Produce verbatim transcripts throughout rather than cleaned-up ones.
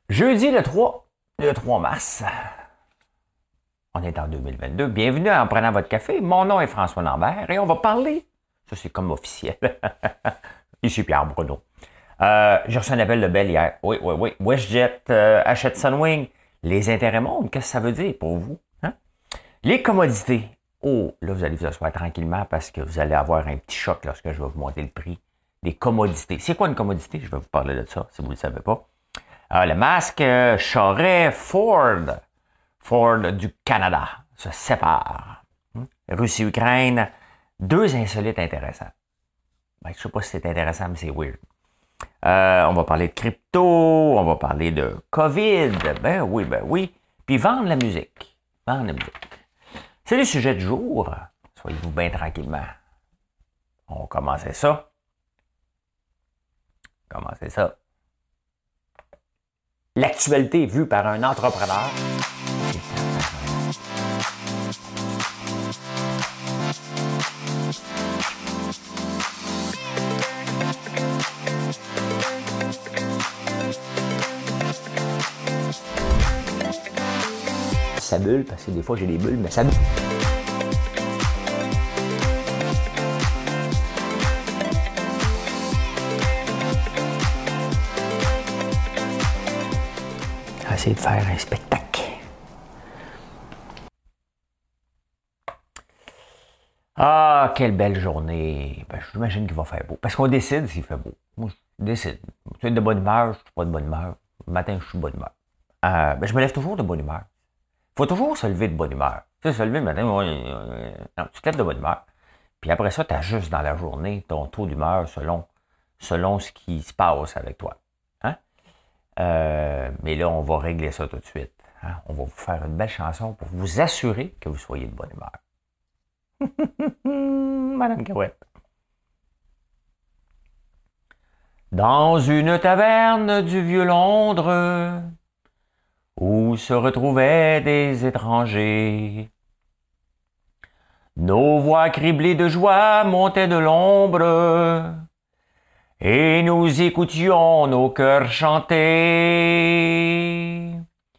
Jeudi le trois, le trois mars. On est en deux mille vingt-deux. Bienvenue en prenant votre café. Mon nom est François Lambert et on va parler, ça c'est comme officiel, ici Pierre Bruno. Euh, j'ai reçu un appel de Bell hier. Oui, oui, oui. WestJet euh, achète Sunwing. Les intérêts montent, qu'est-ce que ça veut dire pour vous? Hein? Les commodités. Oh, là, vous allez vous asseoir tranquillement parce que vous allez avoir un petit choc lorsque je vais vous monter le prix des commodités. C'est quoi une commodité? Je vais vous parler de ça, si vous ne le savez pas. Euh, le masque euh, Charest Ford, Ford du Canada, se sépare. Hum? Russie-Ukraine, deux insolites intéressants. Ben, je ne sais pas si c'est intéressant, mais c'est weird. Euh, on va parler de crypto, on va parler de COVID, ben oui, ben oui. Puis vendre la musique. Vendre la musique. C'est le sujet du jour. Soyez-vous bien tranquillement. On commençait ça. Commençait ça. L'actualité vue par un entrepreneur. Ça bulle, parce que des fois j'ai des bulles, mais ça bulle. Essayer de faire un spectacle. Ah, quelle belle journée. Ben, j'imagine qu'il va faire beau. Parce qu'on décide s'il fait beau. Moi, je décide. Je suis de bonne humeur, je suis pas de bonne humeur. Le matin, je suis de bonne humeur. Euh, ben, je me lève toujours de bonne humeur. Il faut toujours se lever de bonne humeur. Tu sais, se lever le matin, non, tu te lèves de bonne humeur. Puis après ça, tu ajustes dans la journée ton taux d'humeur selon, selon ce qui se passe avec toi. Hein? Euh, mais là, on va régler ça tout de suite. Hein? On va vous faire une belle chanson pour vous assurer que vous soyez de bonne humeur. Madame Cahouette. Dans une taverne du vieux Londres, où se retrouvaient des étrangers, nos voix criblées de joie montaient de l'ombre, et nous écoutions nos cœurs chanter.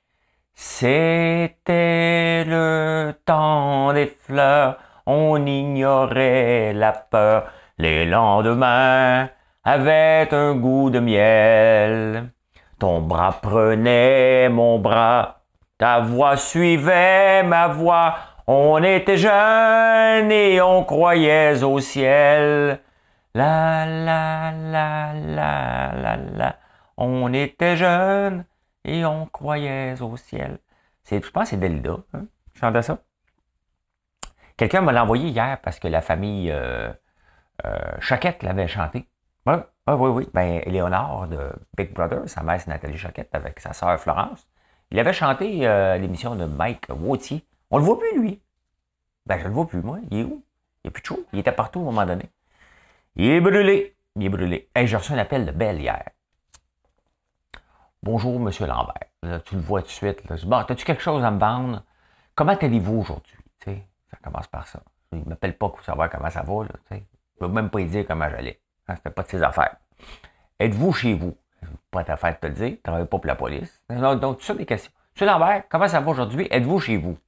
C'était le temps des fleurs, on ignorait la peur. Les lendemains avaient un goût de miel. Ton bras prenait mon bras, ta voix suivait ma voix. On était jeunes et on croyait au ciel. La la la la la la. On était jeunes et on croyait au ciel. C'est, je pense que c'est Dalida, hein? Je chantais ça. Quelqu'un me l'a envoyé hier parce que la famille euh, euh, Choquette l'avait chanté. Ouais, ouais, oui, oui. Ben, Léonard de Big Brother, sa mère c'est Nathalie Choquette avec sa sœur Florence. Il avait chanté euh, l'émission de Mike Wautier. On le voit plus, lui. Ben, je le vois plus, moi. Il est où? Il n'est plus de chaud. Il était partout à un moment donné. Il est brûlé. Il est brûlé. Hey, j'ai reçu un appel de Belle hier. Bonjour, Monsieur Lambert. Là, tu le vois tout de suite. Là. Bon, as-tu quelque chose à me vendre? Comment allez-vous aujourd'hui? Tu sais, ça commence par ça. Il ne m'appelle pas pour savoir comment ça va. Là, tu sais. Je ne peux même pas lui dire comment j'allais. Ça ne fait pas de ses affaires. Êtes-vous chez vous? Pas ta affaire de te le dire. Tu ne travailles pas pour la police. Donc, donc, tout ça, des questions. Monsieur Lambert, comment ça va aujourd'hui? Êtes-vous chez vous?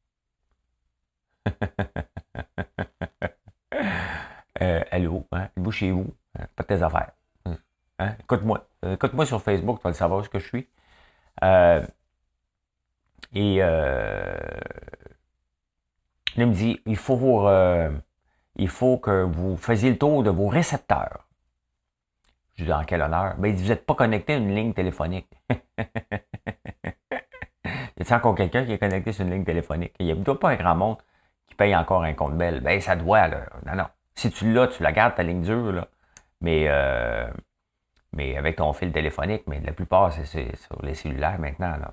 euh, allô? Hein? Êtes-vous chez vous? Pas de tes affaires. Hein? Écoute-moi. Écoute-moi sur Facebook, tu vas le savoir ce que je suis. Euh, et euh, il me dit, il faut, euh, il faut que vous fassiez le tour de vos récepteurs. Je dis, dans quel honneur? Ben, il dit, vous n'êtes pas connecté à une ligne téléphonique. Y a-t-il encore quelqu'un qui est connecté sur une ligne téléphonique? Il n'y a pas un grand monde qui paye encore un compte Bell. Ben, ça doit, là. Non, non. Si tu l'as, tu la gardes, ta ligne dure, là. Mais, euh, mais avec ton fil téléphonique, mais la plupart, c'est, c'est sur les cellulaires maintenant, là.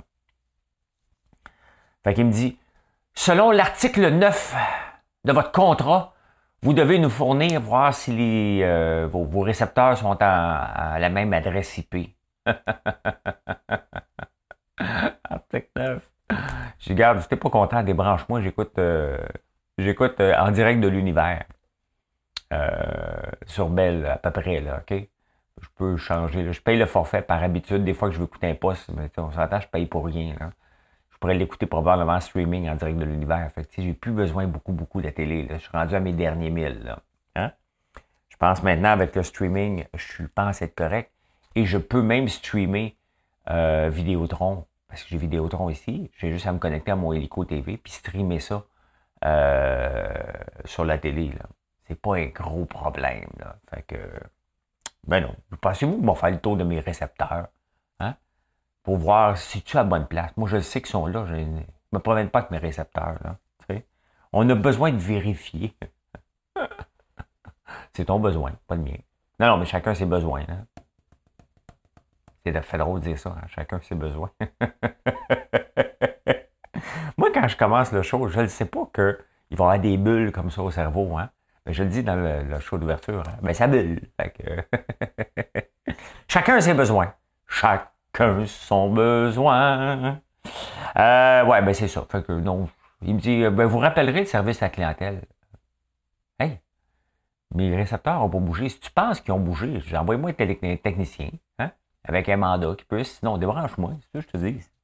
Fait qu'il me dit, selon l'article neuf de votre contrat, vous devez nous fournir, voir si les, euh, vos, vos récepteurs sont à, à la même adresse I P. Article neuf. Je dis, regarde, si t'es pas content, débranche-moi, j'écoute, euh, j'écoute euh, en direct de l'univers. Euh, sur Bell, à peu près, là, OK? Je peux changer. Là. Je paye le forfait par habitude. Des fois que je veux écouter un poste, mais on s'entend, je paye pour rien. Là. Je pourrais l'écouter probablement en streaming en direct de l'univers. Fait que j'ai plus besoin beaucoup, beaucoup de la télé. Là. Je suis rendu à mes derniers mille. Là. Hein? Je pense maintenant avec le streaming, je pense être correct. Et je peux même streamer euh, Vidéotron. Parce que j'ai Vidéotron ici. J'ai juste à me connecter à mon Hélico T V puis streamer ça euh, sur la télé. Là. C'est pas un gros problème. Là. Fait que. Ben non. Pensez-vous qu'on va faire le tour de mes récepteurs? Hein? Pour voir si tu es à la bonne place. Moi, je sais qu'ils sont là. Je ne me promène pas avec mes récepteurs. Là. On a besoin de vérifier. C'est ton besoin, pas le mien. Non, non, mais chacun ses besoins. Hein? C'est fait drôle de dire ça. Hein? Chacun ses besoins. Moi, quand je commence le show, je ne sais pas qu'il va y avoir des bulles comme ça au cerveau. Hein? Mais je le dis dans le, le show d'ouverture. Hein? Ben, ça bulle. Fait que... chacun ses besoins. Chacun son besoin. Euh, ouais, ben c'est ça. Fait que non. Il me dit, ben, vous rappellerez le service à la clientèle. Hey, mes récepteurs n'ont pas bougé. Si tu penses qu'ils ont bougé, envoie-moi un technicien, hein, avec un mandat qui peut, sinon débranche-moi, c'est ce que je te dis.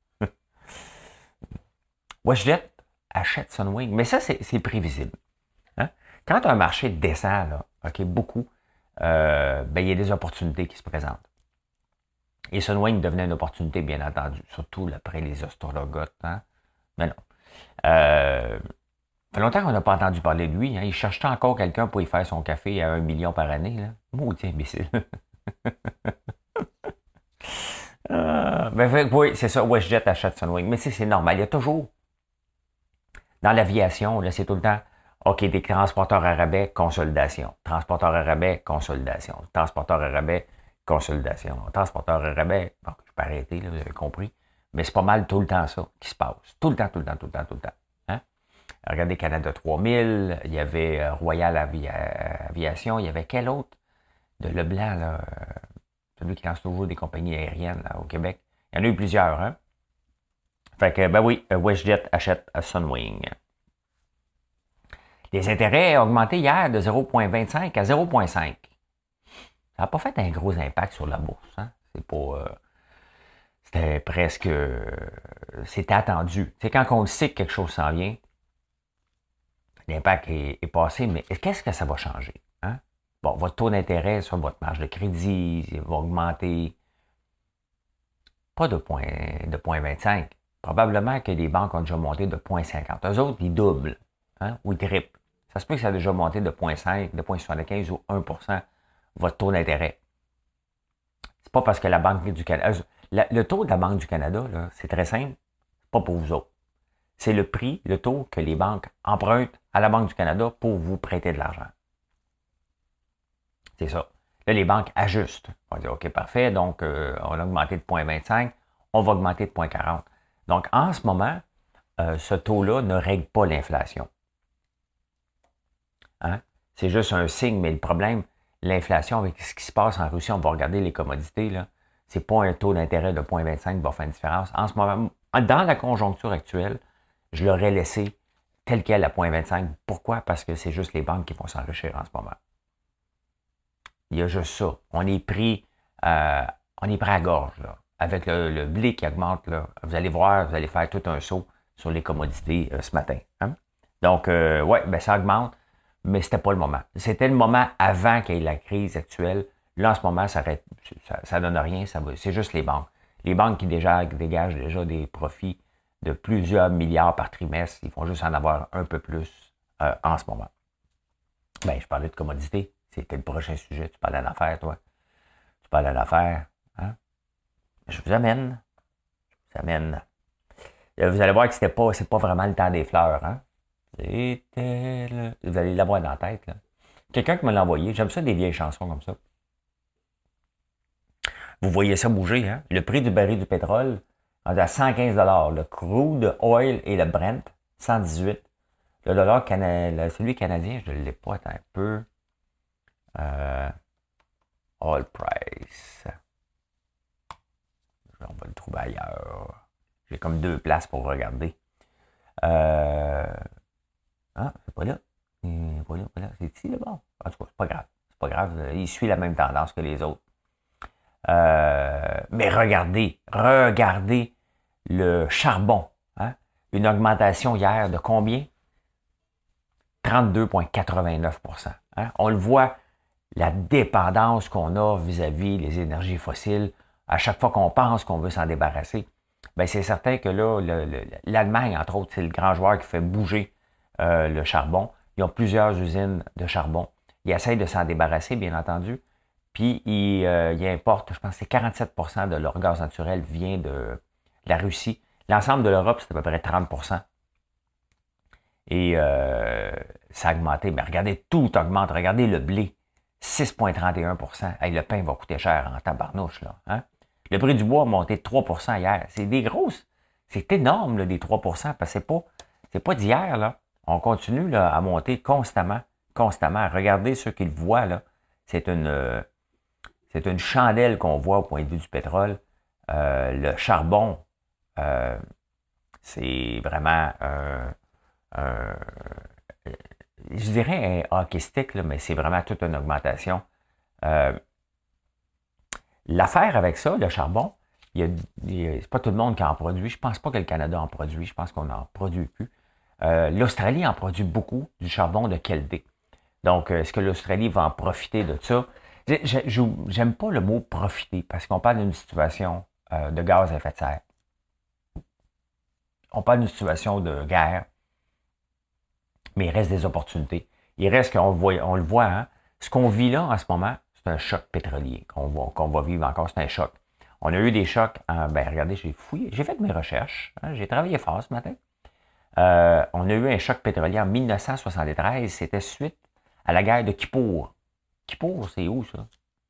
WestJet achète Sunwing, mais ça, c'est prévisible. Hein? Quand un marché descend, là, OK, beaucoup, euh, ben, il y a des opportunités qui se présentent. Et Sunwing devenait une opportunité, bien entendu, surtout après les astrologotes. Hein? Mais non. Euh, ça fait longtemps qu'on n'a pas entendu parler de lui. Hein? Il cherchait encore quelqu'un pour y faire son café à un million par année. Là. Maudit imbécile. euh, ben, fait, oui, c'est ça. WestJet achète Sunwing. Mais c'est normal. Il y a toujours, dans l'aviation, là, c'est tout le temps, OK, des transporteurs à rabais, consolidation. Transporteurs à rabais, consolidation. Transporteurs à rabais, consolidation. Transporteurs à rabais, bon, je peux arrêter, là, vous avez compris. Mais c'est pas mal tout le temps ça qui se passe. Tout le temps, tout le temps, tout le temps, tout le temps. Hein? Regardez Canada trois mille, il y avait Royal Avia Aviation, il y avait quel autre? De Leblanc, là, celui qui lance toujours des compagnies aériennes là, au Québec. Il y en a eu plusieurs. Hein? Fait que, ben oui, WestJet achète à Sunwing. Les intérêts ont augmenté hier de zéro virgule vingt-cinq à zéro virgule cinq. Ça n'a pas fait un gros impact sur la bourse. Hein? C'est pas... Euh, c'était presque... Euh, c'était attendu. C'est quand on sait que quelque chose s'en vient, l'impact est, est passé, mais qu'est-ce que ça va changer? Hein? Bon, votre taux d'intérêt sur votre marge de crédit il va augmenter. Pas de point, de point vingt-cinq. Probablement que les banques ont déjà monté de point cinquante. Eux autres, ils doublent. Hein? Ou ils triplent. Ça se peut que ça a déjà monté de point cinq, de point soixante-quinze ou un pour cent votre taux d'intérêt. C'est pas parce que la Banque du Canada... La, le taux de la Banque du Canada, c'est très simple. C'est pas pour vous autres. C'est le prix, le taux que les banques empruntent à la Banque du Canada pour vous prêter de l'argent. C'est ça. Là, les banques ajustent. On va dire, OK, parfait, donc euh, on a augmenté de point vingt-cinq, on va augmenter de point quarante. Donc, en ce moment, euh, ce taux-là ne règle pas l'inflation. Hein? C'est juste un signe, mais le problème, l'inflation avec ce qui se passe en Russie, on va regarder les commodités, là. C'est pas un taux d'intérêt de zéro virgule vingt-cinq qui va faire une différence. En ce moment, dans la conjoncture actuelle, je l'aurais laissé tel quel à zéro virgule vingt-cinq. Pourquoi? Parce que c'est juste les banques qui vont s'enrichir en ce moment. Il y a juste ça. On est pris, euh, on est pris à gorge, là. Avec le, le blé qui augmente, là. Vous allez voir, vous allez faire tout un saut sur les commodités euh, ce matin. Hein? Donc, euh, ouais, ben ça augmente, mais c'était pas le moment. C'était le moment avant qu'il y ait la crise actuelle. Là, en ce moment, ça ne donne rien. C'est juste les banques. Les banques qui déjà dégagent déjà des profits de plusieurs milliards par trimestre, ils vont juste en avoir un peu plus euh, en ce moment. Ben, je parlais de commodité. C'était le prochain sujet. Tu parles à l'affaire, toi. Tu parles à l'affaire. Hein? Je vous amène. Je vous amène. Vous allez voir que c'était pas, c'est pas vraiment le temps des fleurs. Hein? C'était le... Vous allez l'avoir dans la tête. Quelqu'un qui me l'a envoyé. J'aime ça des vieilles chansons comme ça. Vous voyez ça bouger, hein? Le prix du baril du pétrole, on est à cent quinze dollars. Le crude oil et le Brent, cent dix-huit. Le dollar canadien, celui canadien, je ne l'ai pas, attends un peu. Euh, oil price. On va le trouver ailleurs. J'ai comme deux places pour regarder. Euh, ah, c'est pas là. C'est pas là, pas là. C'est ici, là, bon. En tout cas, c'est pas grave. C'est pas grave. Il suit la même tendance que les autres. Euh, mais regardez, regardez le charbon. Hein? Une augmentation hier de combien? trente-deux virgule quatre-vingt-neuf pour cent. Hein? On le voit, la dépendance qu'on a vis-à-vis des énergies fossiles, à chaque fois qu'on pense qu'on veut s'en débarrasser, ben c'est certain que là, l'Allemagne, entre autres, c'est le grand joueur qui fait bouger euh, le charbon. Ils ont plusieurs usines de charbon. Ils essayent de s'en débarrasser, bien entendu. Puis, ils, euh, ils importent, je pense que c'est quarante-sept pour cent de leur gaz naturel vient de la Russie. L'ensemble de l'Europe, c'est à peu près trente pour cent. Et euh, ça a augmenté. Mais regardez, tout augmente. Regardez le blé, six virgule trente et un pour cent. Hey, le pain va coûter cher en tabarnouche, là. Hein? Le prix du bois a monté de trois pour cent hier. C'est des grosses. C'est énorme, là, des trois pour cent, parce que c'est pas, c'est pas d'hier, là. On continue là, à monter constamment, constamment. Regardez ceux qui le voient, là. C'est une, euh, c'est une chandelle qu'on voit au point de vue du pétrole. Euh, le charbon, euh, c'est vraiment euh, euh, je dirais un hockey stick, là, mais c'est vraiment toute une augmentation. Euh, L'affaire avec ça, le charbon, il y a, c'est pas tout le monde qui en produit. Je pense pas que le Canada en produit. Je pense qu'on n'en produit plus. Euh, L'Australie en produit beaucoup du charbon de qualité. Donc, est-ce que l'Australie va en profiter de ça? J'aime pas le mot profiter parce qu'on parle d'une situation euh, de gaz à effet de serre. On parle d'une situation de guerre, mais il reste des opportunités. Il reste qu'on voit, on le voit, hein? Ce qu'on vit là en ce moment, c'est un choc pétrolier qu'on va, qu'on va vivre encore, c'est un choc. On a eu des chocs, en, ben regardez, j'ai fouillé, j'ai fait mes recherches, hein, j'ai travaillé fort ce matin. Euh, on a eu un choc pétrolier en mille neuf cent soixante-treize, c'était suite à la guerre de Kippour. Kippour, c'est où ça?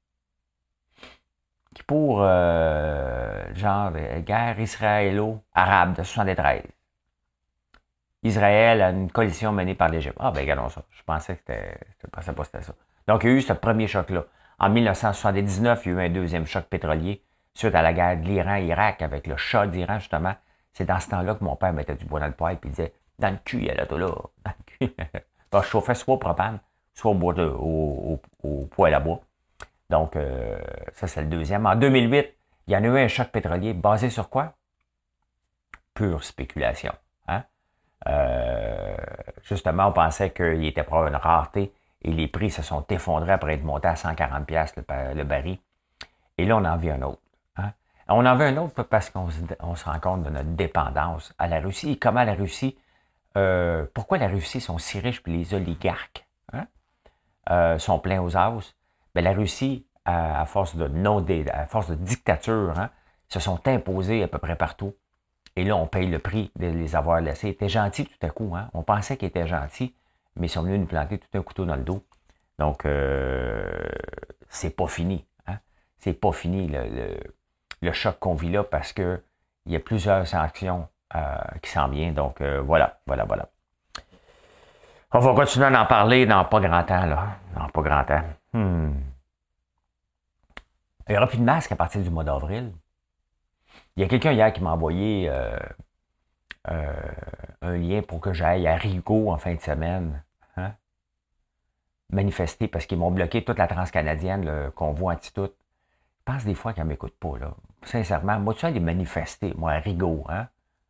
Kippour, euh, genre de guerre israélo-arabe de soixante-treize. Israël a une coalition menée par l'Égypte. Ah, ben regardons ça. Je pensais que c'était. Je pensais pas que c'était ça. Donc, il y a eu ce premier choc-là. En mille neuf cent soixante-dix-neuf, il y a eu un deuxième choc pétrolier suite à la guerre de l'Iran-Irak avec le Shah d'Iran, justement. C'est dans ce temps-là que mon père mettait du bois dans le poêle et il disait dans le cul, il y a l'auto là. Dans le cul. Donc, je chauffais soit au propane, soit au, bois de, au, au, au poêle à bois. Donc, euh, ça, c'est le deuxième. En deux mille huit, il y en a eu un choc pétrolier basé sur quoi? Pure spéculation. Hein? Euh, justement, on pensait qu'il était pour une rareté et les prix se sont effondrés après être montés à cent quarante dollars le, le baril. Et là, on en vit un autre. Hein? On en veut un autre parce qu'on se, on se rend compte de notre dépendance à la Russie et comment la Russie, euh, pourquoi la Russie sont si riches puis les oligarques hein, euh, sont pleins aux as. Ben, la Russie, à, à force de non, à force de dictature, hein, se sont imposés à peu près partout. Et là, on paye le prix de les avoir laissés. Ils étaient gentils tout à coup. Hein? On pensait qu'ils étaient gentils, mais ils sont venus nous planter tout un couteau dans le dos. Donc, euh, c'est pas fini. Hein? C'est pas fini le, le, le choc qu'on vit là parce que il y a plusieurs sanctions euh, qui s'en viennent. Donc, euh, voilà, voilà, voilà. On va continuer à en parler dans pas grand temps, là. Dans pas grand temps. Hmm. Il n'y aura plus de masque à partir du mois d'avril. Il y a quelqu'un hier qui m'a envoyé euh, euh, un lien pour que j'aille à Rigaud en fin de semaine. Hein? Manifester parce qu'ils m'ont bloqué toute la transcanadienne, le convoi anti-tout. Je pense des fois qu'elle ne m'écoute pas. Là. Sincèrement, moi, tu sais, aller manifester, moi, à Rigaud. Hein?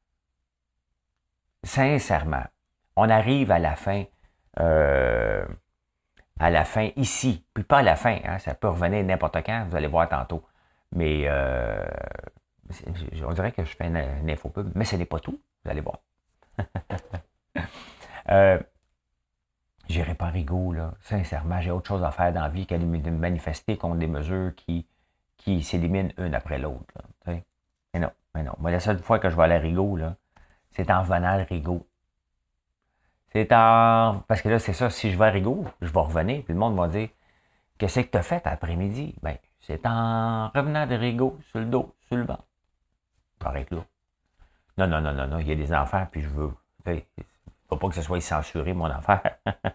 Sincèrement, on arrive à la fin, euh, à la fin ici, puis pas à la fin, hein? Ça peut revenir n'importe quand, vous allez voir tantôt. Mais euh, on dirait que je fais une, une infopub, mais ce n'est pas tout, vous allez voir. euh, J'irai pas à Rigaud, là. Sincèrement, j'ai autre chose à faire dans la vie qu'aller me manifester contre des mesures qui, qui s'éliminent une après l'autre. Mais non, mais non. Moi, la seule fois que je vais aller à Rigaud, là, c'est en revenant à Rigaud. C'est en... Parce que là, c'est ça, si je vais à Rigaud, je vais revenir, puis le monde va dire « Qu'est-ce que tu as fait après-midi? » Ben, c'est en revenant de Rigaud, sur le dos, sur le ventre. J'arrête là. Non, non, non, non, non, il y a des enfants, puis je veux. Il ne faut pas que ce soit censuré, mon affaire.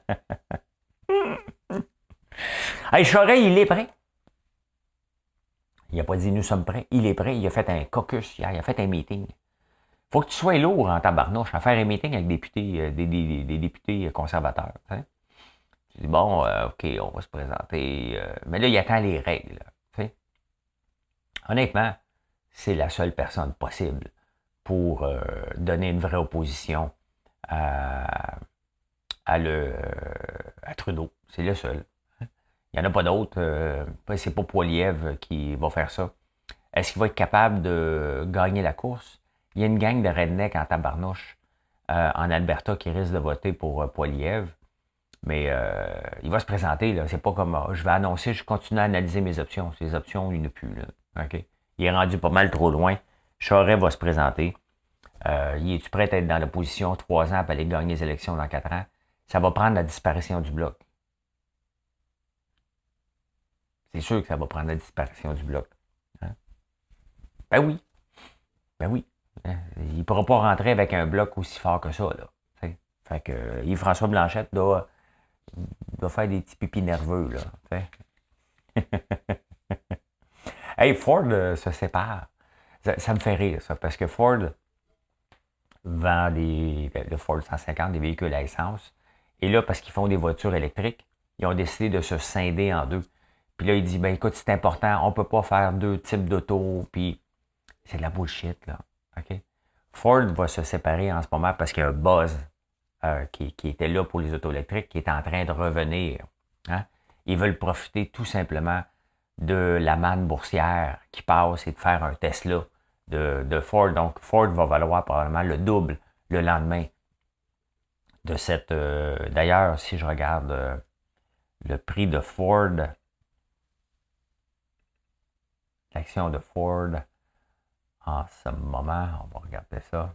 Hey, Charest, il est prêt. Il n'a pas dit nous sommes prêts. Il est prêt. Il a fait un caucus hier. Il a fait un meeting. Faut que tu sois lourd en tabarnouche à faire un meeting avec des députés, euh, des, des, des députés conservateurs. Hein? Tu dis, bon, euh, OK, on va se présenter. Euh, mais là, il attend les règles. T'sais? honnêtement, c'est la seule personne possible pour euh, donner une vraie opposition à, à, le, à Trudeau. C'est le seul. Il n'y en a pas d'autres. Euh, c'est pas Poilievre qui va faire ça. Est-ce qu'il va être capable de gagner la course? Il y a une gang de rednecks en tabarnouche euh, en Alberta qui risque de voter pour euh, Poilievre. Mais euh, il va se présenter. Là. C'est pas comme euh, je vais annoncer, je continue à analyser mes options. Ces options, il n'y en a plus. Là. Okay? Il est rendu pas mal trop loin. Charest va se présenter. Euh, il est-tu prêt à être dans l'opposition trois ans pour aller gagner les élections dans quatre ans? Ça va prendre la disparition du Bloc. C'est sûr que ça va prendre la disparition du Bloc. Hein? Ben oui. Ben oui. Hein? Il ne pourra pas rentrer avec un Bloc aussi fort que ça. Là. T'sais? Fait que euh, Yves-François Blanchette doit, doit faire des petits pipis nerveux. Là, hey, Ford euh, se sépare. Ça, ça me fait rire, ça, parce que Ford vend des, le Ford cent cinquante, des véhicules à essence. Et là, parce qu'ils font des voitures électriques, ils ont décidé de se scinder en deux. Puis là, il dit, ben écoute, c'est important, on ne peut pas faire deux types d'autos, puis c'est de la bullshit, là. OK? Ford va se séparer en ce moment parce qu'il y a un buzz euh, qui, qui était là pour les autos électriques, qui est en train de revenir. Hein? Ils veulent profiter tout simplement de la manne boursière qui passe et de faire un Tesla de, de Ford. Donc, Ford va valoir probablement le double le lendemain de cette... Euh, d'ailleurs, si je regarde euh, le prix de Ford, l'action de Ford en ce moment, on va regarder ça.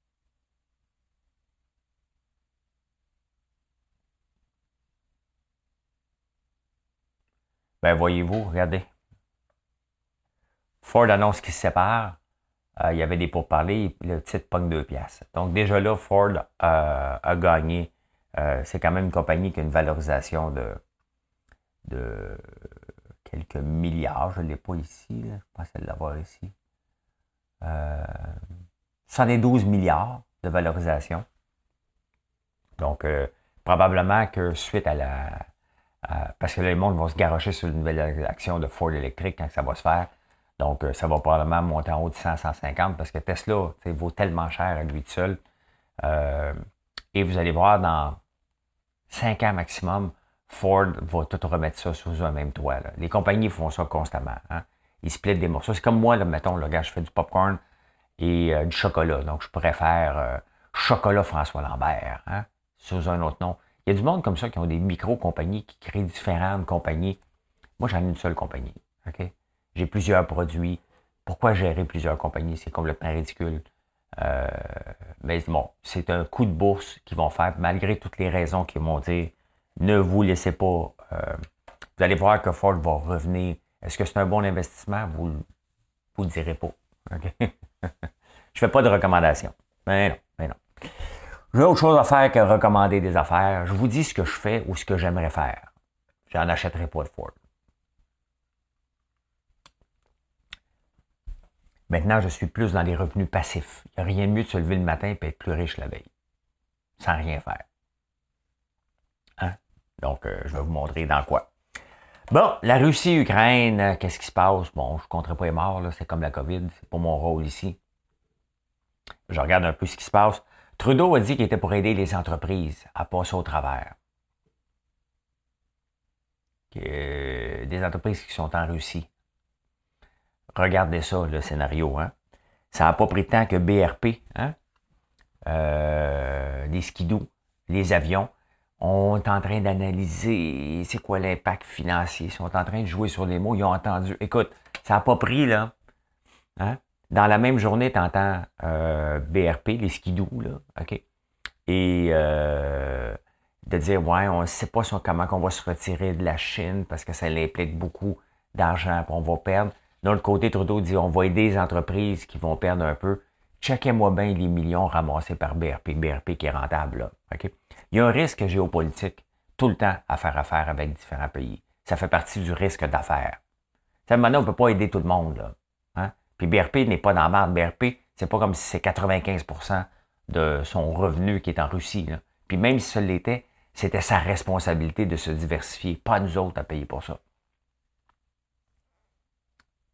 Ben, voyez-vous, regardez. Ford annonce qu'il se sépare. Euh, il y avait des pourparlers, le titre pogne deux piastres. Donc déjà là, Ford euh, a gagné. Euh, c'est quand même une compagnie qui a une valorisation de, de quelques milliards. Je ne l'ai pas ici, là. Je pensais l'avoir ici. Euh, soixante-douze milliards de valorisation. Donc, euh, probablement que suite à la... À, parce que là, les monde vont se garrocher sur une nouvelle action de Ford électrique quand ça va se faire. Donc, euh, ça va probablement monter en haut de cent à cent cinquante parce que Tesla vaut tellement cher à lui tout seul. Euh, et vous allez voir, dans cinq ans maximum, Ford va tout remettre ça sous un même toit. Là. Les compagnies font ça constamment. Hein? Ils splittent des morceaux. C'est comme moi, là, mettons, là, gars, je fais du popcorn et euh, du chocolat. Donc, je pourrais faire euh, chocolat François Lambert, hein? Sous un autre nom. Il y a du monde comme ça qui ont des micro-compagnies qui créent différentes compagnies. Moi, j'en ai une seule compagnie. OK? J'ai plusieurs produits. Pourquoi gérer plusieurs compagnies? C'est complètement ridicule. Euh, mais bon, c'est un coup de bourse qu'ils vont faire, malgré toutes les raisons qu'ils vont dire. Ne vous laissez pas. Euh, vous allez voir que Ford va revenir. Est-ce que c'est un bon investissement? Vous ne le direz pas. Okay? Je ne fais pas de recommandations. Mais non, mais non. J'ai autre chose à faire que recommander des affaires. Je vous dis ce que je fais ou ce que j'aimerais faire. J'en achèterai pas de Ford. Maintenant, je suis plus dans les revenus passifs. Il n'y a rien de mieux de se lever le matin et être plus riche la veille. Sans rien faire. Hein? Donc, euh, je vais vous montrer dans quoi. Bon, la Russie-Ukraine, euh, qu'est-ce qui se passe? Bon, je ne compterai pas les morts, là, c'est comme la COVID, c'est pas mon rôle ici. Je regarde un peu ce qui se passe. Trudeau a dit qu'il était pour aider les entreprises à passer au travers. Que, des entreprises qui sont en Russie. Regardez ça, le scénario. Hein? Ça n'a pas pris de temps que B R P, hein? euh, les skidoo, les avions, on est en train d'analyser c'est quoi l'impact financier. Ils sont en train de jouer sur les mots. Ils ont entendu. Écoute, ça n'a pas pris, là. Hein? Dans la même journée, tu entends euh, B R P, les skidoo, là. OK? Et euh, de dire, ouais, on ne sait pas sur comment on va se retirer de la Chine parce que ça implique beaucoup d'argent et on va perdre. D'un autre côté, Trudeau dit, on va aider les entreprises qui vont perdre un peu. Checkez-moi bien les millions ramassés par B R P. B R P qui est rentable, là. OK? Il y a un risque géopolitique tout le temps à faire affaire avec différents pays. Ça fait partie du risque d'affaires. Maintenant, on ne peut pas aider tout le monde, là. Hein? Puis B R P n'est pas dans la merde. B R P, c'est pas comme si c'est quatre-vingt-quinze pour cent de son revenu qui est en Russie, là. Puis même si ça l'était, c'était sa responsabilité de se diversifier, pas nous autres à payer pour ça.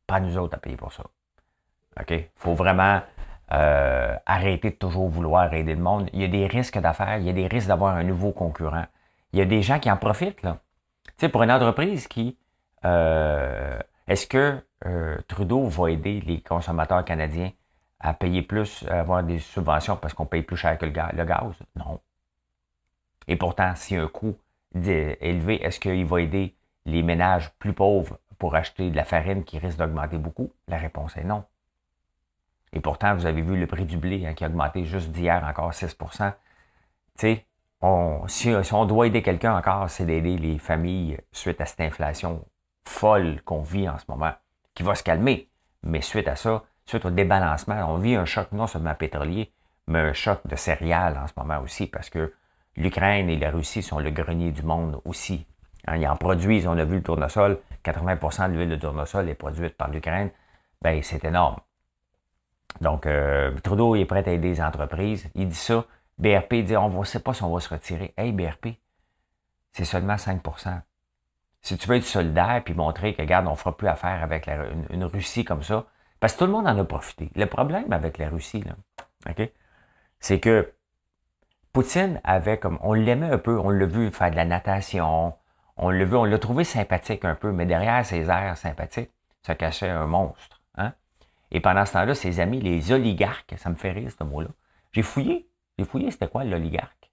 pas nous autres à payer pour ça. OK? Il faut vraiment euh, arrêter de toujours vouloir aider le monde. Il y a des risques d'affaires, il y a des risques d'avoir un nouveau concurrent. Il y a des gens qui en profitent, là. Tu sais, pour une entreprise qui... Euh, est-ce que euh, Trudeau va aider les consommateurs canadiens à payer plus, à avoir des subventions parce qu'on paye plus cher que le gaz? Le gaz? Non. Et pourtant, s'il y a un coût élevé, est-ce qu'il va aider les ménages plus pauvres pour acheter de la farine qui risque d'augmenter beaucoup? La réponse est non. Et pourtant, vous avez vu le prix du blé hein, qui a augmenté juste d'hier encore six pour cent. Tu sais, on, si, si on doit aider quelqu'un encore, c'est d'aider les familles suite à cette inflation folle qu'on vit en ce moment, qui va se calmer. Mais suite à ça, suite au débalancement, on vit un choc non seulement pétrolier, mais un choc de céréales en ce moment aussi, parce que l'Ukraine et la Russie sont le grenier du monde aussi. Hein, ils en produisent, on a vu le tournesol, quatre-vingts pour cent de l'huile de tournesol est produite par l'Ukraine. Ben, c'est énorme. Donc, euh, Trudeau est prêt à aider les entreprises. Il dit ça. B R P dit, on ne sait pas si on va se retirer. Hey, B R P, c'est seulement cinq pour cent. Si tu veux être solidaire puis montrer que, regarde, on ne fera plus affaire avec la, une, une Russie comme ça, parce que tout le monde en a profité. Le problème avec la Russie, là, OK, c'est que Poutine avait comme, on l'aimait un peu, on l'a vu faire de la natation, on l'a vu, on l'a trouvé sympathique un peu, mais derrière ses airs sympathiques, se cachait un monstre. Hein? Et pendant ce temps-là, ses amis, les oligarques, ça me fait rire ce mot-là. J'ai fouillé, j'ai fouillé, c'était quoi l'oligarque?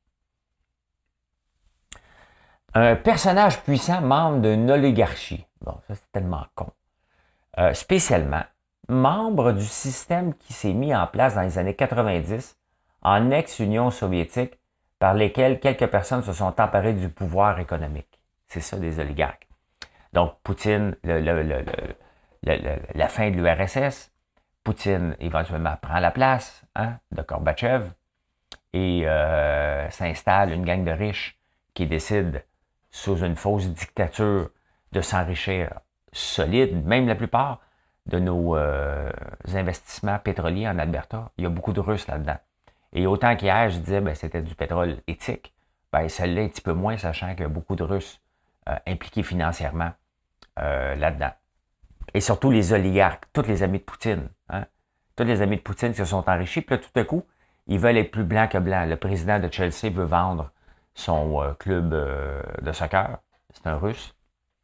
Un personnage puissant, membre d'une oligarchie. Bon, ça c'est tellement con. Euh, spécialement, membre du système qui s'est mis en place dans les années quatre-vingt-dix en ex-Union soviétique, par lesquels quelques personnes se sont emparées du pouvoir économique. C'est ça, des oligarques. Donc, Poutine, le, le, le, le, le, la fin de l'U R S S, Poutine, éventuellement, prend la place hein, de Gorbatchev et euh, s'installe une gang de riches qui décident, sous une fausse dictature, de s'enrichir solide. Même la plupart de nos euh, investissements pétroliers en Alberta, il y a beaucoup de Russes là-dedans. Et autant qu'hier, je disais ben c'était du pétrole éthique, ben ça l'est un petit peu moins, sachant qu'il y a beaucoup de Russes euh, impliqués financièrement euh, là-dedans. Et surtout les oligarques, tous les amis de Poutine. Hein? Tous les amis de Poutine qui se sont enrichis, puis là, tout à coup, ils veulent être plus blancs que blancs. Le président de Chelsea veut vendre son euh, club euh, de soccer. C'est un Russe.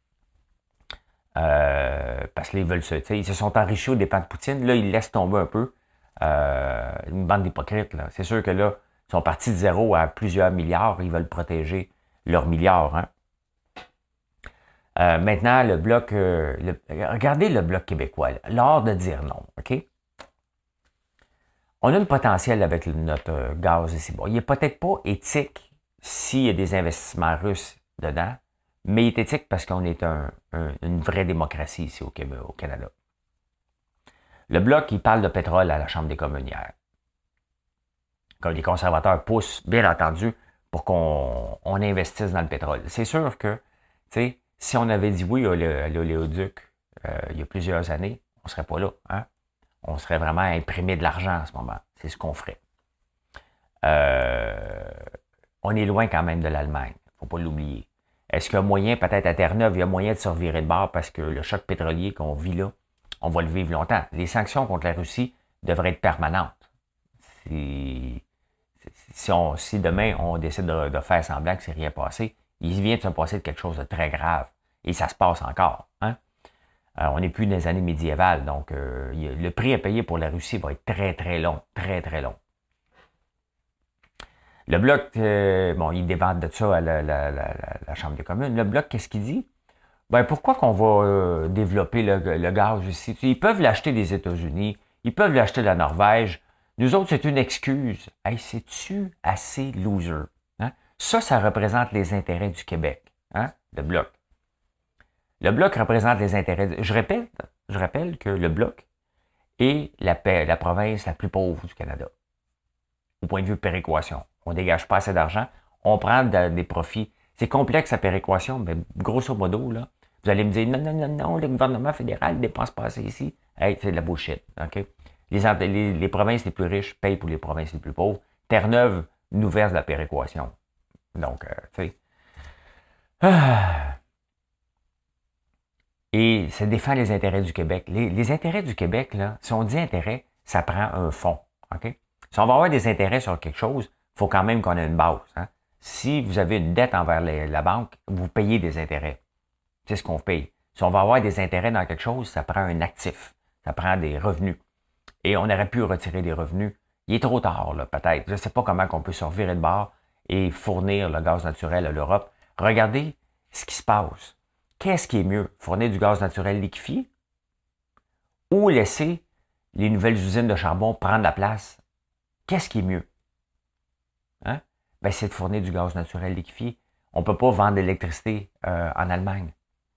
Euh, parce qu'ils veulent se, ils se sont enrichis aux dépens de Poutine. Là, ils laissent tomber un peu. Euh, une bande d'hypocrites. Là. C'est sûr que là, ils sont partis de zéro à plusieurs milliards. Ils veulent protéger leurs milliards. Hein. Euh, maintenant, le bloc... Euh, le, regardez le bloc québécois. Là, l'art de dire non. OK? On a le potentiel avec notre euh, gaz ici. Bon, il n'est peut-être pas éthique s'il y a des investissements russes dedans, mais il est éthique parce qu'on est un, un, une vraie démocratie ici au, Québec, au Canada. Le Bloc, il parle de pétrole à la Chambre des communes hier. Comme les conservateurs poussent, bien entendu, pour qu'on on investisse dans le pétrole. C'est sûr que, tu sais, si on avait dit oui à l'oléoduc euh, il y a plusieurs années, on ne serait pas là. Hein? On serait vraiment à imprimer de l'argent en ce moment. C'est ce qu'on ferait. Euh, on est loin quand même de l'Allemagne. Il ne faut pas l'oublier. Est-ce qu'il y a moyen, peut-être à Terre-Neuve, il y a moyen de se revirer de bord parce que le choc pétrolier qu'on vit là, on va le vivre longtemps. Les sanctions contre la Russie devraient être permanentes. Si, si, on, si demain, on décide de, de faire semblant que c'est rien passé, il vient de se passer de quelque chose de très grave. Et ça se passe encore. Hein? Euh, on n'est plus dans les années médiévales. Donc, euh, le prix à payer pour la Russie va être très, très long. Très, très long. Le Bloc, euh, bon, il débattent de ça à la, la, la, la Chambre des communes. Le Bloc, qu'est-ce qu'il dit? Ben, pourquoi qu'on va euh, développer le, le gaz ici? Ils peuvent l'acheter des États-Unis, ils peuvent l'acheter de la Norvège. Nous autres, c'est une excuse. Hey, c'est-tu assez loser? Hein? Ça, ça représente les intérêts du Québec, hein? Le Bloc. Le Bloc représente les intérêts... Je répète, je rappelle que le Bloc est la, la province la plus pauvre du Canada, au point de vue péréquation. On ne dégage pas assez d'argent, on prend de, des profits. C'est complexe la péréquation, mais grosso modo, là, vous allez me dire, non, non, non, non, le gouvernement fédéral ne dépense pas assez ici. Hey, c'est de la bullshit, OK? Les, les, les provinces les plus riches payent pour les provinces les plus pauvres. Terre-Neuve nous verse de la péréquation. Donc, euh, tu sais... Ah. Et ça défend les intérêts du Québec. Les, les intérêts du Québec, là, si on dit intérêt, ça prend un fond. OK? Si on va avoir des intérêts sur quelque chose, il faut quand même qu'on ait une base. Hein? Si vous avez une dette envers les, la banque, vous payez des intérêts. C'est ce qu'on paye. Si on va avoir des intérêts dans quelque chose, ça prend un actif. Ça prend des revenus. Et on aurait pu retirer des revenus. Il est trop tard, là, peut-être. Je ne sais pas comment on peut se revirer de bord et fournir le gaz naturel à l'Europe. Regardez ce qui se passe. Qu'est-ce qui est mieux? Fournir du gaz naturel liquéfié ou laisser les nouvelles usines de charbon prendre la place? Qu'est-ce qui est mieux? Hein? Ben, c'est de fournir du gaz naturel liquéfié. On ne peut pas vendre de l'électricité euh, en Allemagne.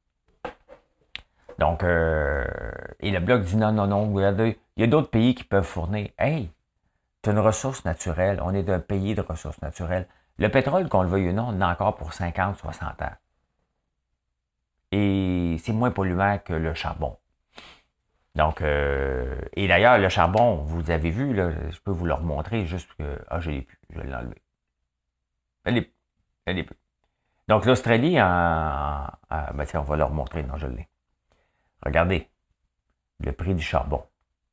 Donc, euh, et le Bloc dit non, non, non, regardez, il y a d'autres pays qui peuvent fournir. Hey, c'est une ressource naturelle. On est un pays de ressources naturelles. Le pétrole, qu'on le veuille ou non, on en a encore pour cinquante, soixante ans. Et c'est moins polluant que le charbon. Donc, euh, et d'ailleurs, le charbon, vous avez vu, là, je peux vous le remontrer, juste que, ah, je l'ai plus, je vais l'enlever. Elle est, elle est plus. Donc, l'Australie, en, en, ben tiens, on va le remontrer, non, je l'ai. Regardez, le prix du charbon.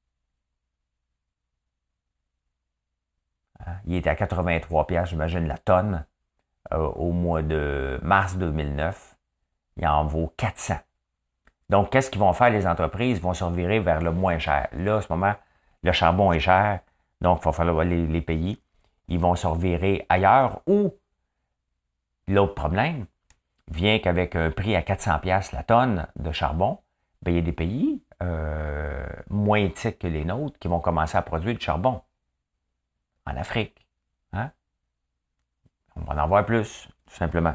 Hein? Il était à quatre-vingt-trois piastres, j'imagine, la tonne, euh, au mois de mars deux mille neuf. Il en vaut quatre cents. Donc, qu'est-ce qu'ils vont faire les entreprises? Ils vont se revirer vers le moins cher. Là, à ce moment, le charbon est cher, donc il va falloir les, les payer. Ils vont se revirer ailleurs ou l'autre problème vient qu'avec un prix à quatre cents piastres la tonne de charbon, bien, il y a des pays euh, moins éthiques que les nôtres qui vont commencer à produire du charbon en Afrique. Hein? On va en avoir plus, tout simplement.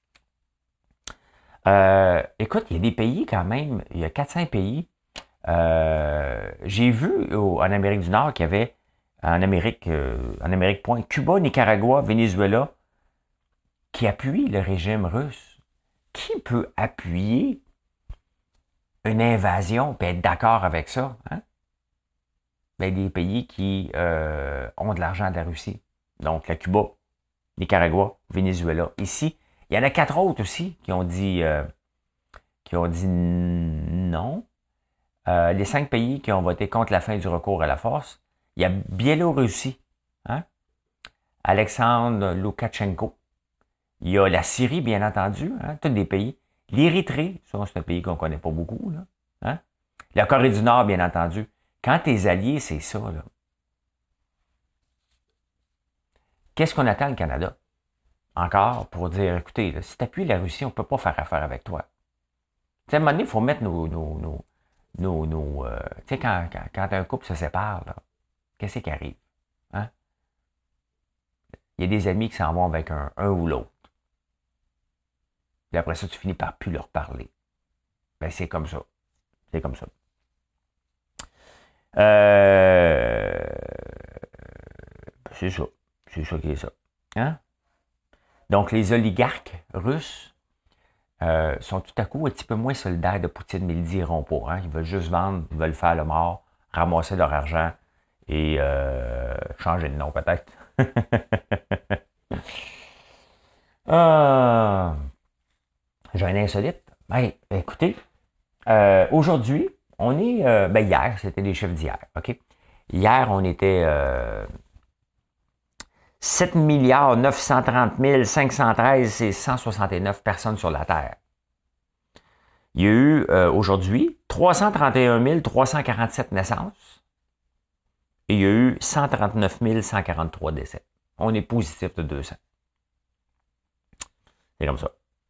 Euh, écoute, il y a des pays quand même, il y a quatre cinq pays. Euh, j'ai vu au, en Amérique du Nord qu'il y avait, en Amérique, euh, en Amérique point, Cuba, Nicaragua, Venezuela, qui appuient le régime russe. Qui peut appuyer une invasion et être d'accord avec ça? Hein? Ben, des pays qui euh, ont de l'argent de la Russie. Donc, la Cuba, Nicaragua, Venezuela. Ici, il y en a quatre autres aussi qui ont dit, euh, qui ont dit non. Euh, les cinq pays qui ont voté contre la fin du recours à la force. Il y a Biélorussie, hein? Alexandre Loukachenko. Il y a la Syrie, bien entendu, hein? Tous des pays. L'Érythrée, ça c'est un pays qu'on ne connaît pas beaucoup. Là, hein? La Corée du Nord, bien entendu. Quand tes alliés, c'est ça. Là. Qu'est-ce qu'on attend le Canada? Encore pour dire, écoutez, là, si tu appuies la Russie, on ne peut pas faire affaire avec toi. T'sais, à un moment donné, il faut mettre nos... nos, nos, nos, nos euh, tu sais, quand, quand, quand un couple se sépare, là, qu'est-ce qui arrive? Hein? Il y a des amis qui s'en vont avec un, un ou l'autre. Puis après ça, tu finis par plus leur parler. Ben, c'est comme ça. C'est comme ça. Euh, c'est ça. C'est ça qui est ça. Hein? Donc, les oligarques russes euh, sont tout à coup un petit peu moins solidaires de Poutine, mais ils ne le diront pas. Hein? Ils veulent juste vendre, ils veulent faire le mort, ramasser leur argent et euh, changer de nom peut-être. euh, J'ai un insolite. Ben, écoutez, euh, aujourd'hui, on est... Euh, ben hier, c'était les chiffres d'hier, OK? Hier, on était... Euh, sept milliards neuf cent trente mille cinq cent treize et cent soixante-neuf personnes sur la Terre. Il y a eu euh, aujourd'hui trois cent trente et un mille trois cent quarante-sept naissances et il y a eu cent trente-neuf mille cent quarante-trois décès. On est positif de deux cents. C'est comme ça.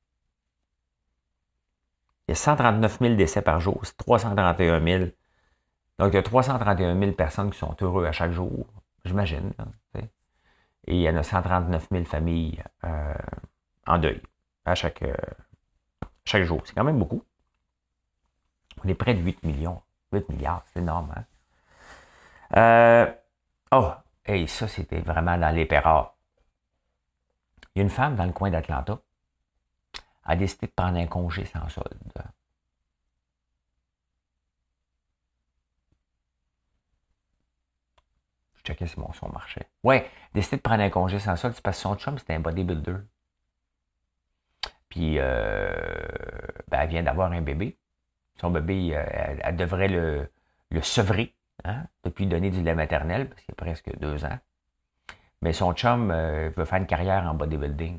Il y a cent trente-neuf mille décès par jour, c'est trois cent trente et un mille. Donc, il y a trois cent trente et un mille personnes qui sont heureuses à chaque jour, j'imagine. Et il y en a cent trente-neuf mille familles euh, en deuil à chaque, euh, chaque jour. C'est quand même beaucoup. On est près de huit millions. huit milliards, c'est énorme. Hein? Euh, oh, et ça, c'était vraiment dans les rares. Il y a une femme dans le coin d'Atlanta a décidé de prendre un congé sans solde. Je checkais si mon son marchait. Ouais, décidé de prendre un congé sans solde, c'est parce que son chum, c'était un bodybuilder. Puis, euh, ben, elle vient d'avoir un bébé. Son bébé, euh, elle, elle devrait le, le sevrer, hein, depuis donner du lait maternel, parce qu'il y a presque deux ans. Mais son chum euh, veut faire une carrière en bodybuilding.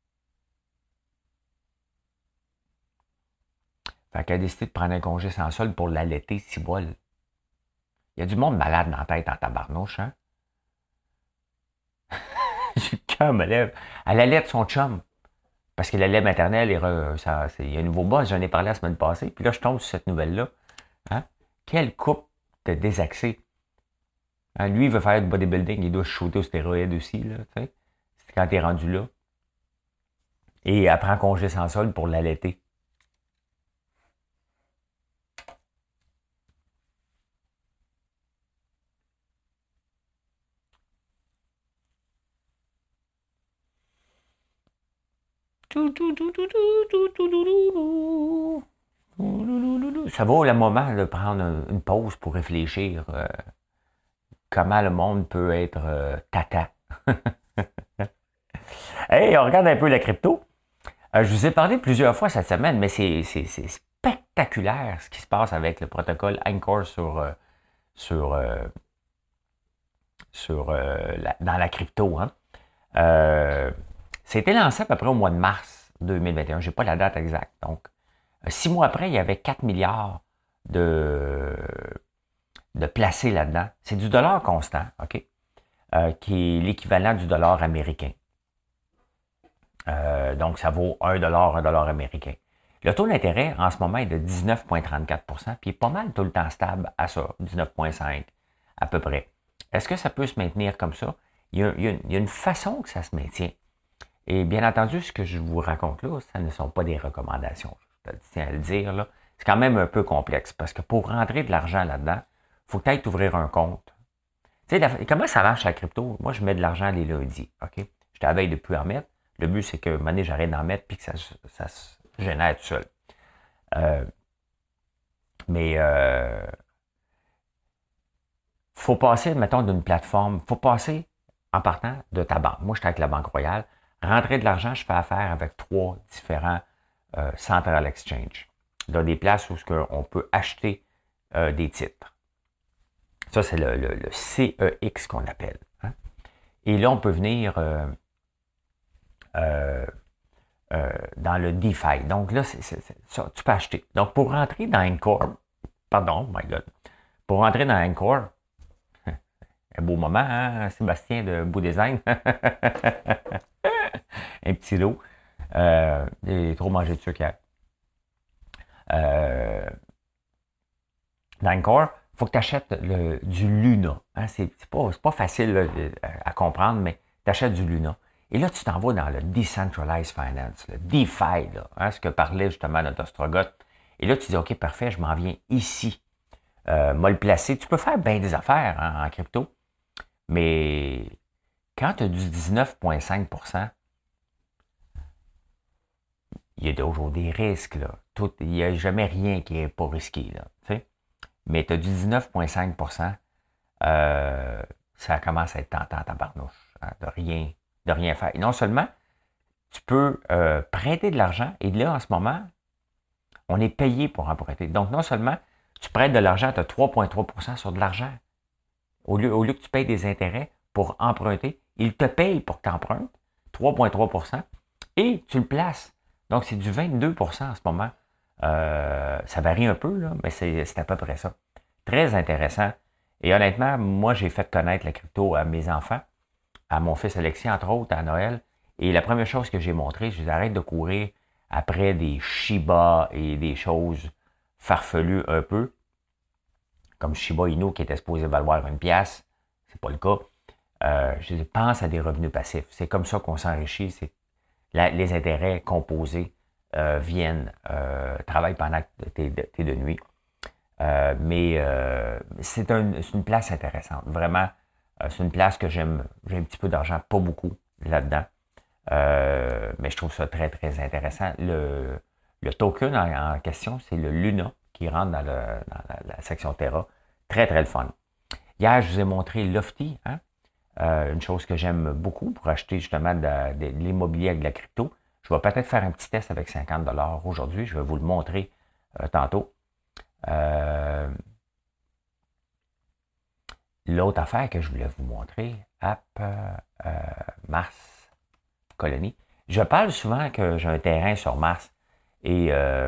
Fait qu'elle a décidé de prendre un congé sans solde pour l'allaiter, si bol. Il y a du monde malade dans la tête en tabarnouche, hein? J'ai le cœur me lève. Elle allait son chum. Parce que le lait maternel, est re- ça, c'est, il y a un nouveau boss, j'en ai parlé la semaine passée. Puis là, je tombe sur cette nouvelle-là. Hein? Quelle coupe de désaxé. Hein, lui, il veut faire du bodybuilding, il doit se shooter aux stéroïdes aussi, là, tu sais. C'est quand t'es rendu là. Et elle prend congé sans solde pour l'allaiter. Ça vaut le moment de prendre une pause pour réfléchir euh, comment le monde peut être euh, tata. Hey, on regarde un peu la crypto. Euh, je vous ai parlé plusieurs fois cette semaine, mais c'est, c'est, c'est spectaculaire ce qui se passe avec le protocole Anchor sur, euh, sur, euh, sur, euh, la, dans la crypto. Hein. Euh, C'était lancé à peu près au mois de mars deux mille vingt et un. Je n'ai pas la date exacte. Donc, six mois après, il y avait quatre milliards de, de placés là-dedans. C'est du dollar constant, OK? Euh, qui est l'équivalent du dollar américain. Euh, donc, ça vaut un dollar, un dollar américain. Le taux d'intérêt, en ce moment, est de dix-neuf virgule trente-quatre pour cent, puis il est pas mal tout le temps stable à ça, dix-neuf virgule cinq à peu près. Est-ce que ça peut se maintenir comme ça? Il y a, il y a, il y a une façon que ça se maintient. Et bien entendu, ce que je vous raconte là, ça ne sont pas des recommandations. Je tiens à le dire, là. C'est quand même un peu complexe, parce que pour rentrer de l'argent là-dedans, il faut peut-être ouvrir un compte. Tu sais, la, comment ça marche la crypto? Moi, je mets de l'argent les lundis, OK? Je t'avais de plus en mettre. Le but, c'est que, un moment donné, j'arrête d'en mettre puis que ça, ça se génère tout seul. Euh, mais, euh, faut passer, mettons, d'une plateforme, faut passer, en partant, de ta banque. Moi, j'étais avec la Banque Royale. Rentrer de l'argent, je fais affaire avec trois différents euh, Central Exchange. Dans des places où on peut acheter euh, des titres. Ça, c'est le, le, le C E X qu'on appelle. Hein? Et là, on peut venir... Euh, Euh, euh, dans le DeFi. Donc là, c'est, c'est, c'est, ça, tu peux acheter. Donc pour rentrer dans Anchor, pardon, my God, pour rentrer dans Anchor, un beau moment, hein, Sébastien de Beau Design, un petit lot, euh, j'ai trop mangé de sucre hier. Euh, dans Anchor, il faut que tu achètes le, du Luna. Hein, c'est, c'est, pas, c'est pas facile là, à, à comprendre, mais tu achètes du Luna. Et là, tu t'en vas dans le Decentralized Finance, le DeFi, là, hein, ce que parlait justement notre Ostrogoth. Et là, tu dis, OK, parfait, je m'en viens ici. Euh, m'a le placer. Tu peux faire bien des affaires hein, en crypto, mais quand tu as du dix-neuf virgule cinq pour cent, il y a toujours des risques. Là. Tout, il n'y a jamais rien qui n'est pas risqué. Là, tu sais. Mais tu as du dix-neuf virgule cinq pour cent, euh, ça commence à être tentant à ta barnouche, hein, de rien de rien faire. Et non seulement, tu peux euh, prêter de l'argent, et là, en ce moment, on est payé pour emprunter. Donc, non seulement, tu prêtes de l'argent, tu as trois virgule trois pour cent sur de l'argent. Au lieu, au lieu que tu payes des intérêts pour emprunter, ils te payent pour que tu empruntes, trois virgule trois pour cent, et tu le places. Donc, c'est du vingt-deux pour cent en ce moment. Euh, ça varie un peu, là, mais c'est, c'est à peu près ça. Très intéressant. Et honnêtement, moi, j'ai fait connaître la crypto à mes enfants, à mon fils Alexis, entre autres, à Noël. Et la première chose que j'ai montré, je dis arrête de courir après des Shiba et des choses farfelues un peu, comme Shiba Inu qui était supposé valoir une pièce, c'est pas le cas. Euh, je dis pense à des revenus passifs. C'est comme ça qu'on s'enrichit. C'est la, les intérêts composés euh, viennent, euh, travaillent pendant que t'es de, t'es de nuit. Euh, mais euh, c'est, un, c'est une place intéressante, vraiment. C'est une place que j'aime. J'ai un petit peu d'argent, pas beaucoup, là-dedans. Euh, mais je trouve ça très, très intéressant. Le, le token en, en question, c'est le Luna qui rentre dans, le, dans la, la section Terra. Très, très le fun. Hier, je vous ai montré Lofty, hein? euh, une chose que j'aime beaucoup pour acheter justement de, de, de l'immobilier avec de la crypto. Je vais peut-être faire un petit test avec cinquante dollars aujourd'hui. Je vais vous le montrer euh, tantôt. Euh, L'autre affaire que je voulais vous montrer, App euh, euh, Mars Colony. Je parle souvent que j'ai un terrain sur Mars et euh,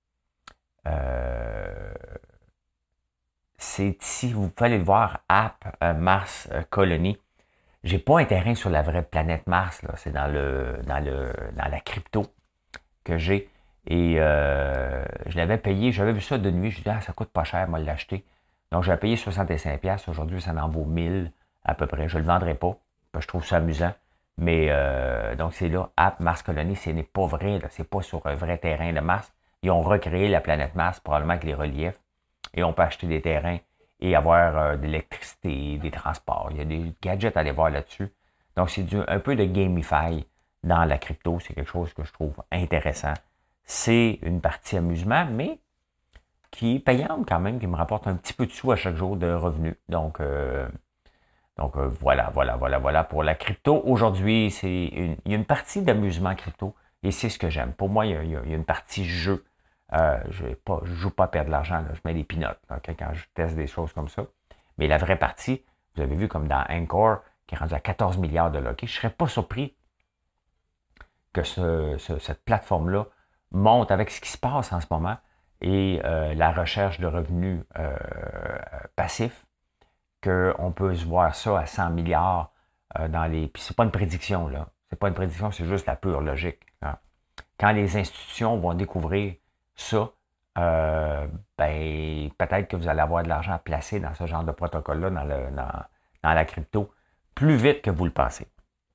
euh, c'est ici, vous pouvez aller le voir, App euh, Mars euh, Colony. J'ai pas un terrain sur la vraie planète Mars, là. C'est dans le dans le dans la crypto que j'ai. Et euh, je l'avais payé, j'avais vu ça de nuit, je me dis, ah, ça coûte pas cher, moi l'acheter. Donc j'avais payé soixante-cinq dollars, aujourd'hui ça en vaut mille à peu près. Je le vendrai pas, parce que je trouve ça amusant. Mais euh, donc c'est là, App Mars Colony, ce n'est pas vrai, là, c'est pas sur un vrai terrain de Mars. Ils ont recréé la planète Mars, probablement avec les reliefs, et on peut acheter des terrains et avoir euh, de l'électricité, des transports. Il y a des gadgets à aller voir là-dessus. Donc c'est du, un peu de gamify dans la crypto, c'est quelque chose que je trouve intéressant. C'est une partie amusement, mais qui est payante quand même, qui me rapporte un petit peu de sous à chaque jour de revenus. Donc, euh, donc euh, voilà, voilà, voilà, voilà pour la crypto. Aujourd'hui, c'est une, il y a une partie d'amusement crypto et c'est ce que j'aime. Pour moi, il y a, il y a, il y a une partie jeu. Euh, je ne joue pas à perdre de l'argent, là. Je mets des pinottes là, quand je teste des choses comme ça. Mais la vraie partie, vous avez vu comme dans Anchor, qui est rendu à quatorze milliards de lockés, je ne serais pas surpris que ce, ce, cette plateforme-là monte avec ce qui se passe en ce moment et euh, la recherche de revenus euh, passifs, qu'on peut se voir ça à cent milliards euh, dans les... Puis c'est pas une prédiction, là. C'est pas une prédiction, c'est juste la pure logique. Hein. Quand les institutions vont découvrir ça, euh, ben peut-être que vous allez avoir de l'argent à placer dans ce genre de protocole-là, dans, le, dans, dans la crypto, plus vite que vous le pensez.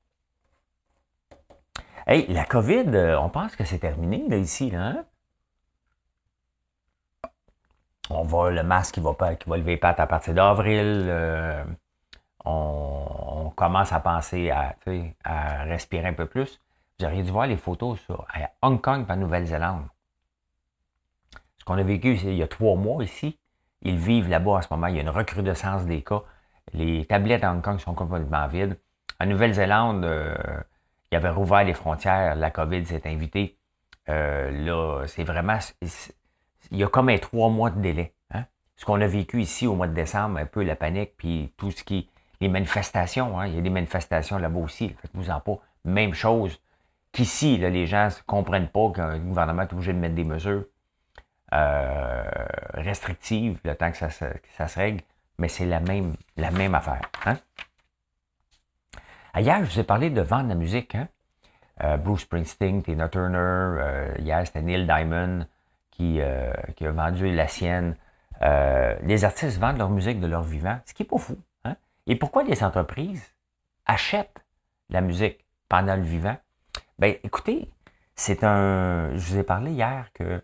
Hey, la COVID, on pense que c'est terminé, là, ici, là, hein? On va, le masque qui va, pas, qui va lever les pattes à partir d'avril. Euh, on, on commence à penser à, à respirer un peu plus. Vous auriez dû voir les photos sur à Hong Kong et en Nouvelle-Zélande. Ce qu'on a vécu il y a trois mois ici, ils vivent là-bas en ce moment. Il y a une recrudescence des cas. Les tablettes à Hong Kong sont complètement vides. En Nouvelle-Zélande, euh, il avait rouvert les frontières. La COVID s'est invitée. Euh, là, c'est vraiment... C'est, il y a comme un trois mois de délai. Hein? Ce qu'on a vécu ici au mois de décembre, un peu la panique, puis tout ce qui... Les manifestations, hein? Il y a des manifestations là-bas aussi. Faites-vous en pas. Même chose qu'ici, là, les gens ne comprennent pas qu'un gouvernement est obligé de mettre des mesures euh, restrictives le temps que ça, que ça se règle. Mais c'est la même, la même affaire. Hein? Hier, je vous ai parlé de vendre la musique. Hein? Euh, Bruce Springsteen, Tina Turner. Euh, hier, c'était Neil Diamond. Qui, euh, qui a vendu la sienne. Euh, les artistes vendent leur musique de leur vivant, ce qui n'est pas fou. Hein? Et pourquoi les entreprises achètent la musique pendant le vivant? Ben, écoutez, c'est un... Je vous ai parlé hier que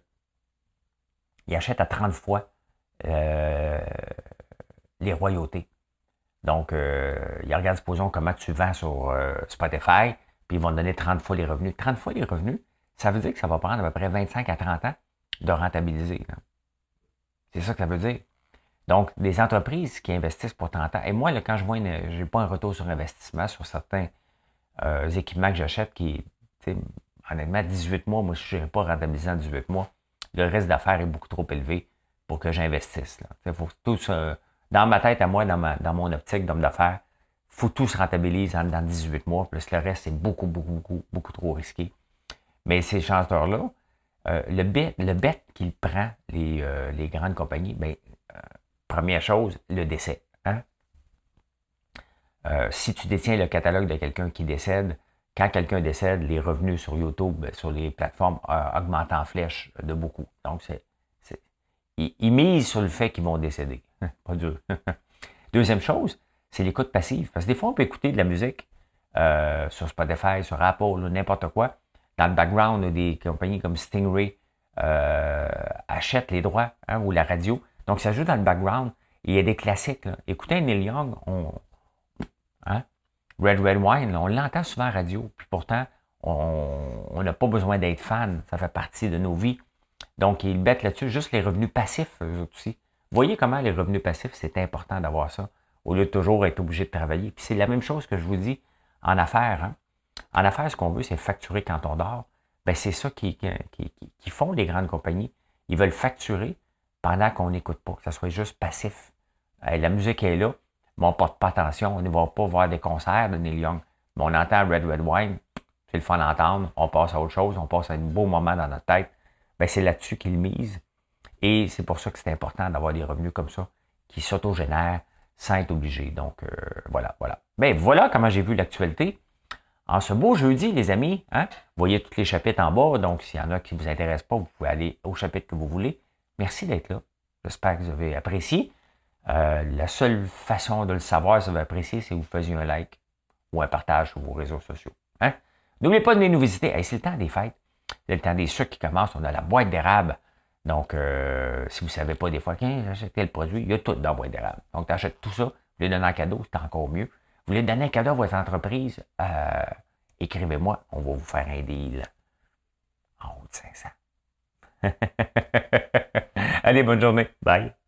ils achètent à trente fois euh, les royautés. Donc, euh, ils regardent, supposons, comment tu vends sur euh, Spotify, puis ils vont te donner trente fois les revenus. trente fois les revenus, ça veut dire que ça va prendre à peu près vingt-cinq à trente ans de rentabiliser. Là. C'est ça que ça veut dire. Donc, des entreprises qui investissent pour trente ans. Et moi, là, quand je vois, je n'ai pas un retour sur investissement sur certains euh, équipements que j'achète qui, honnêtement, dix-huit mois, moi, je ne serais pas rentabilisé en dix-huit mois. Le reste d'affaires est beaucoup trop élevé pour que j'investisse. Il faut tout se, dans ma tête à moi, dans, ma, dans mon optique d'homme d'affaires, il faut tout se rentabiliser dans dix-huit mois. Plus le reste, c'est beaucoup, beaucoup, beaucoup, beaucoup trop risqué. Mais ces chanteurs-là, Euh, le bet, le bet qu'il prend, les, euh, les grandes compagnies, bien, euh, première chose, le décès. Hein? Euh, si tu détiens le catalogue de quelqu'un qui décède, quand quelqu'un décède, les revenus sur YouTube, sur les plateformes, euh, augmentent en flèche de beaucoup. Donc, c'est, c'est, ils, ils misent sur le fait qu'ils vont décéder. Pas dur. Deuxième chose, c'est l'écoute passive. Parce que des fois, on peut écouter de la musique euh, sur Spotify, sur Apple, n'importe quoi. Dans le background, des compagnies comme Stingray euh, achètent les droits, hein, ou la radio. Donc, ça joue dans le background. Et il y a des classiques. Là. Écoutez Neil Young, on, hein, Red Red Wine, là, on l'entend souvent en radio. Puis pourtant, on n'a pas besoin d'être fan. Ça fait partie de nos vies. Donc, ils mettent là-dessus juste les revenus passifs, eux aussi. Vous voyez comment les revenus passifs, c'est important d'avoir ça, au lieu de toujours être obligé de travailler. Puis c'est la même chose que je vous dis en affaires, hein. En affaires, ce qu'on veut, c'est facturer quand on dort. Ben, c'est ça qui, qui, qui, qui font les grandes compagnies. Ils veulent facturer pendant qu'on n'écoute pas, que ça soit juste passif. Hey, la musique est là, mais on ne porte pas attention, on ne va pas voir des concerts de Neil Young. Mais on entend Red Red Wine, c'est le fun d'entendre, on passe à autre chose, on passe à un beau moment dans notre tête. Ben, c'est là-dessus qu'il mise. Et c'est pour ça que c'est important d'avoir des revenus comme ça, qui s'autogénèrent sans être obligé. Donc, euh, voilà, voilà. Ben, voilà comment j'ai vu l'actualité. En ce beau jeudi, les amis, hein, vous voyez tous les chapitres en bas, donc s'il y en a qui ne vous intéressent pas, vous pouvez aller au chapitre que vous voulez. Merci d'être là. J'espère que vous avez apprécié. Euh, la seule façon de le savoir si vous avez apprécié, c'est que vous faisiez un like ou un partage sur vos réseaux sociaux. Hein? N'oubliez pas de venir nous visiter. Hey, c'est le temps des fêtes. C'est le temps des sucres qui commencent. On a la boîte d'érable. Donc, euh, si vous ne savez pas des fois, tiens, j'achète tel produit, il y a tout dans la boîte d'érable. Donc, tu achètes tout ça, vous voulez donner un cadeau, c'est encore mieux. Vous voulez donner un cadeau à votre entreprise, euh, écrivez-moi, on va vous faire un deal en haut de cinq cents. Allez, bonne journée. Bye.